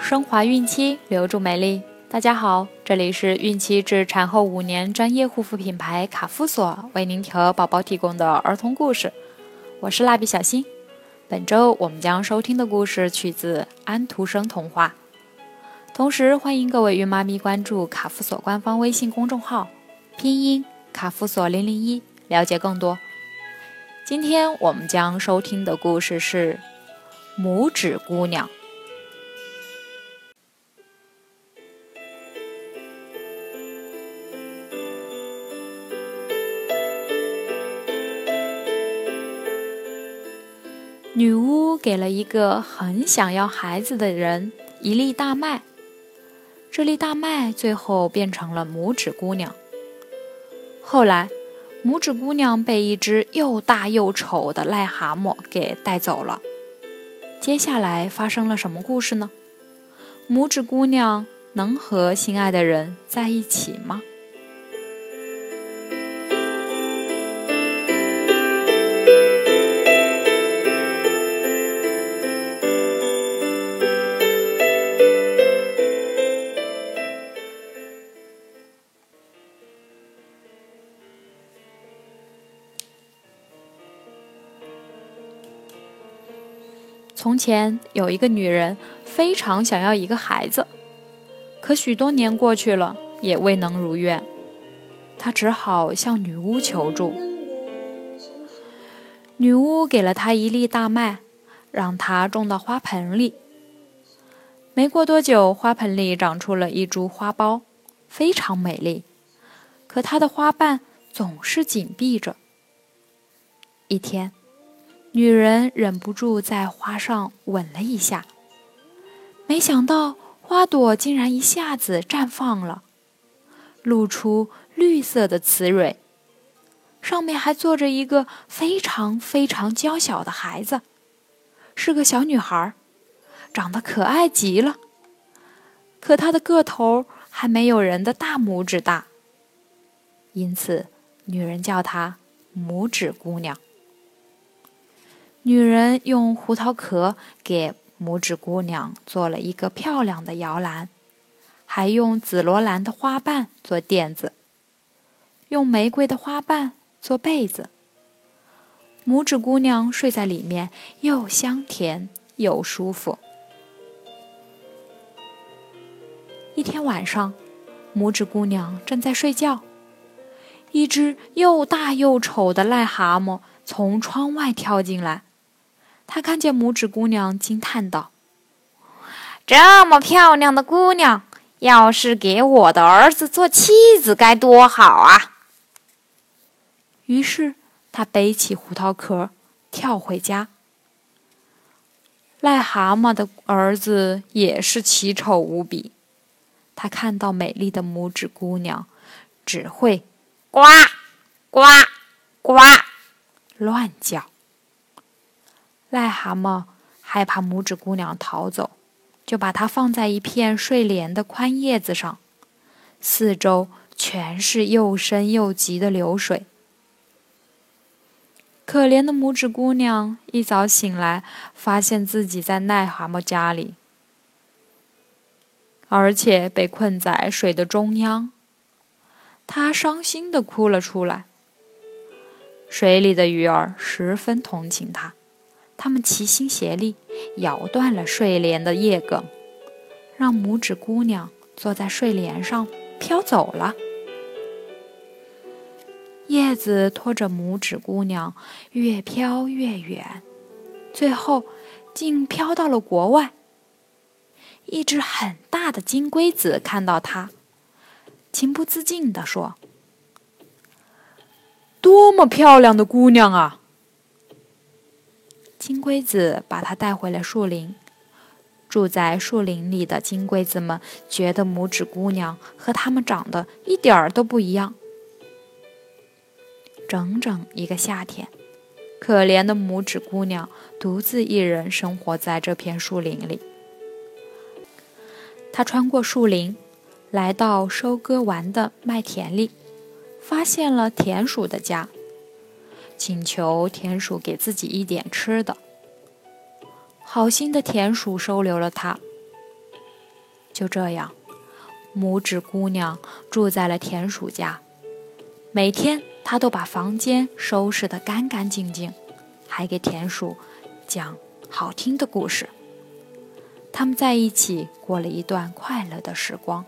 升华孕期，留住美丽。大家好，这里是孕期至产后5年专业护肤品牌卡夫索为您和宝宝提供的儿童故事，我是蜡笔小新。本周我们将收听的故事取自安徒生童话，同时欢迎各位孕妈咪关注卡夫索官方微信公众号，拼音卡夫索001，了解更多。今天我们将收听的故事是拇指姑娘。女巫给了一个很想要孩子的人一粒大麦，这粒大麦最后变成了拇指姑娘。后来，拇指姑娘被一只又大又丑的癞蛤蟆给带走了。接下来发生了什么故事呢？拇指姑娘能和心爱的人在一起吗？从前有一个女人非常想要一个孩子，可许多年过去了也未能如愿，她只好向女巫求助。女巫给了她一粒大麦，让她种到花盆里。没过多久，花盆里长出了一株花苞，非常美丽，可它的花瓣总是紧闭着。一天，女人忍不住在花上吻了一下，没想到花朵竟然一下子绽放了，露出绿色的雌蕊，上面还坐着一个非常非常娇小的孩子，是个小女孩，长得可爱极了，可她的个头还没有人的大拇指大，因此女人叫她拇指姑娘。女人用胡桃壳给拇指姑娘做了一个漂亮的摇篮，还用紫罗兰的花瓣做垫子，用玫瑰的花瓣做被子。拇指姑娘睡在里面，又香甜又舒服。一天晚上，拇指姑娘正在睡觉，一只又大又丑的癞蛤蟆从窗外跳进来。他看见拇指姑娘，惊叹道：“这么漂亮的姑娘，要是给我的儿子做妻子该多好啊！”于是他背起胡桃壳，跳回家。癞蛤蟆的儿子也是奇丑无比，他看到美丽的拇指姑娘，只会呱呱呱乱叫。癞蛤蟆害怕拇指姑娘逃走，就把它放在一片睡莲的宽叶子上，四周全是又深又急的流水。可怜的拇指姑娘一早醒来，发现自己在癞蛤蟆家里，而且被困在水的中央。她伤心地哭了出来。水里的鱼儿十分同情她，他们齐心协力，咬断了睡莲的叶梗，让拇指姑娘坐在睡莲上飘走了。叶子拖着拇指姑娘越飘越远，最后竟飘到了国外。一只很大的金龟子看到它，情不自禁地说：“多么漂亮的姑娘啊！”金龟子把它带回了树林，住在树林里的金龟子们觉得拇指姑娘和它们长得一点儿都不一样。整整一个夏天，可怜的拇指姑娘独自一人生活在这片树林里。她穿过树林，来到收割完的麦田里，发现了田鼠的家，请求田鼠给自己一点吃的。好心的田鼠收留了它。 就这样，拇指姑娘住在了田鼠家。每天她都把房间收拾得干干净净，还给田鼠讲好听的故事。他们在一起过了一段快乐的时光。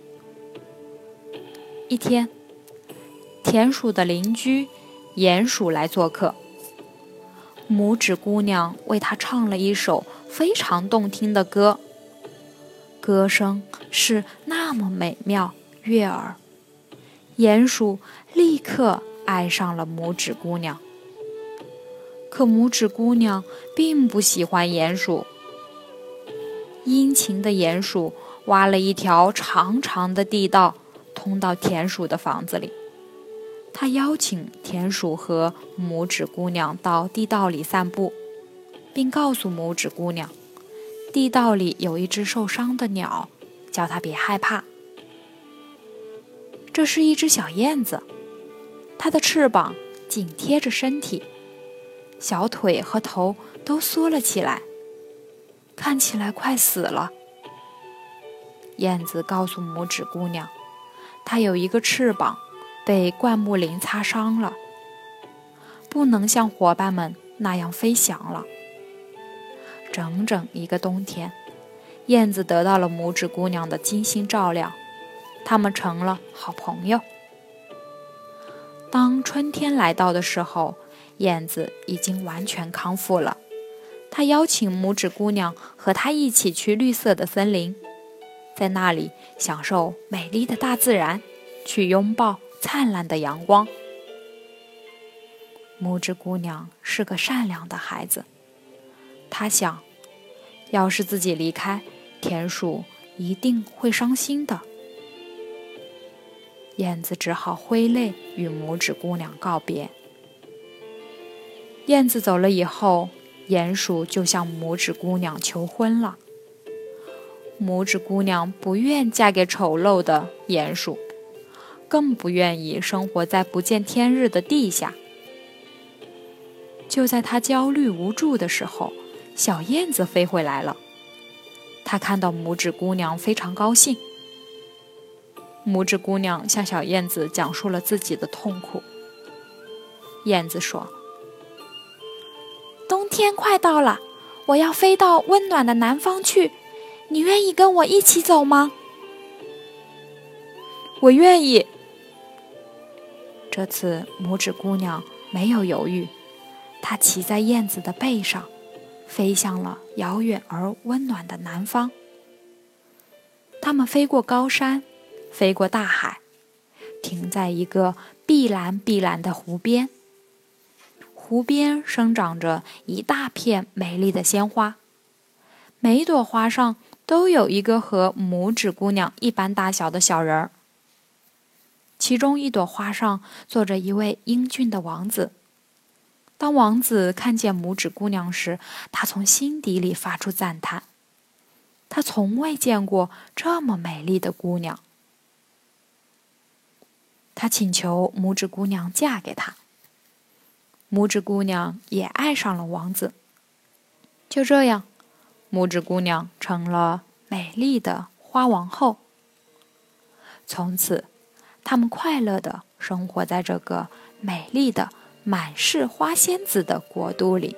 一天，田鼠的邻居鼹鼠来做客，拇指姑娘为他唱了一首非常动听的歌，歌声是那么美妙悦耳，鼹鼠立刻爱上了拇指姑娘。可拇指姑娘并不喜欢鼹鼠。殷勤的鼹鼠挖了一条长长的地道，通到田鼠的房子里。他邀请田鼠和拇指姑娘到地道里散步，并告诉拇指姑娘，地道里有一只受伤的鸟，叫她别害怕。这是一只小燕子，它的翅膀紧贴着身体，小腿和头都缩了起来，看起来快死了。燕子告诉拇指姑娘，它有一个翅膀被灌木林擦伤了，不能像伙伴们那样飞翔了。整整一个冬天，燕子得到了拇指姑娘的精心照料，他们成了好朋友。当春天来到的时候，燕子已经完全康复了。她邀请拇指姑娘和她一起去绿色的森林，在那里享受美丽的大自然，去拥抱灿烂的阳光。拇指姑娘是个善良的孩子，她想，要是自己离开，田鼠一定会伤心的。燕子只好挥泪与拇指姑娘告别。燕子走了以后，鼹鼠就向拇指姑娘求婚了。拇指姑娘不愿嫁给丑陋的鼹鼠，更不愿意生活在不见天日的地下。就在她焦虑无助的时候，小燕子飞回来了。她看到拇指姑娘非常高兴。拇指姑娘向小燕子讲述了自己的痛苦。燕子说，冬天快到了，我要飞到温暖的南方去，你愿意跟我一起走吗？我愿意。这次拇指姑娘没有犹豫，她骑在燕子的背上，飞向了遥远而温暖的南方。他们飞过高山，飞过大海，停在一个碧蓝碧蓝的湖边。湖边生长着一大片美丽的鲜花，每一朵花上都有一个和拇指姑娘一般大小的小人儿。其中一朵花上坐着一位英俊的王子。当王子看见拇指姑娘时，他从心底里发出赞叹。他从未见过这么美丽的姑娘。他请求拇指姑娘嫁给他。拇指姑娘也爱上了王子。就这样，拇指姑娘成了美丽的花王后。从此，他们快乐地生活在这个美丽的满是花仙子的国度里。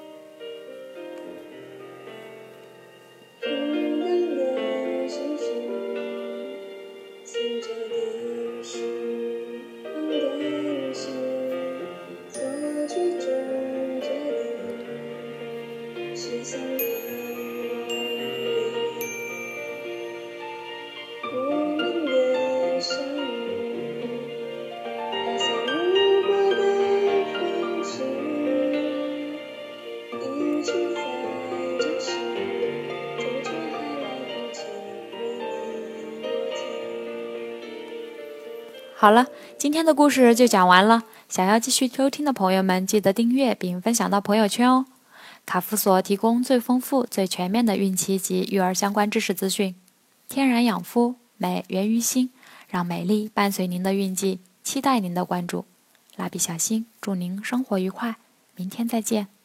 好了，今天的故事就讲完了。想要继续收听的朋友们，记得订阅并分享到朋友圈哦。卡夫所提供最丰富、最全面的孕期及育儿相关知识资讯。天然养肤，美源于心，让美丽伴随您的孕期，期待您的关注。蜡笔小新，祝您生活愉快，明天再见。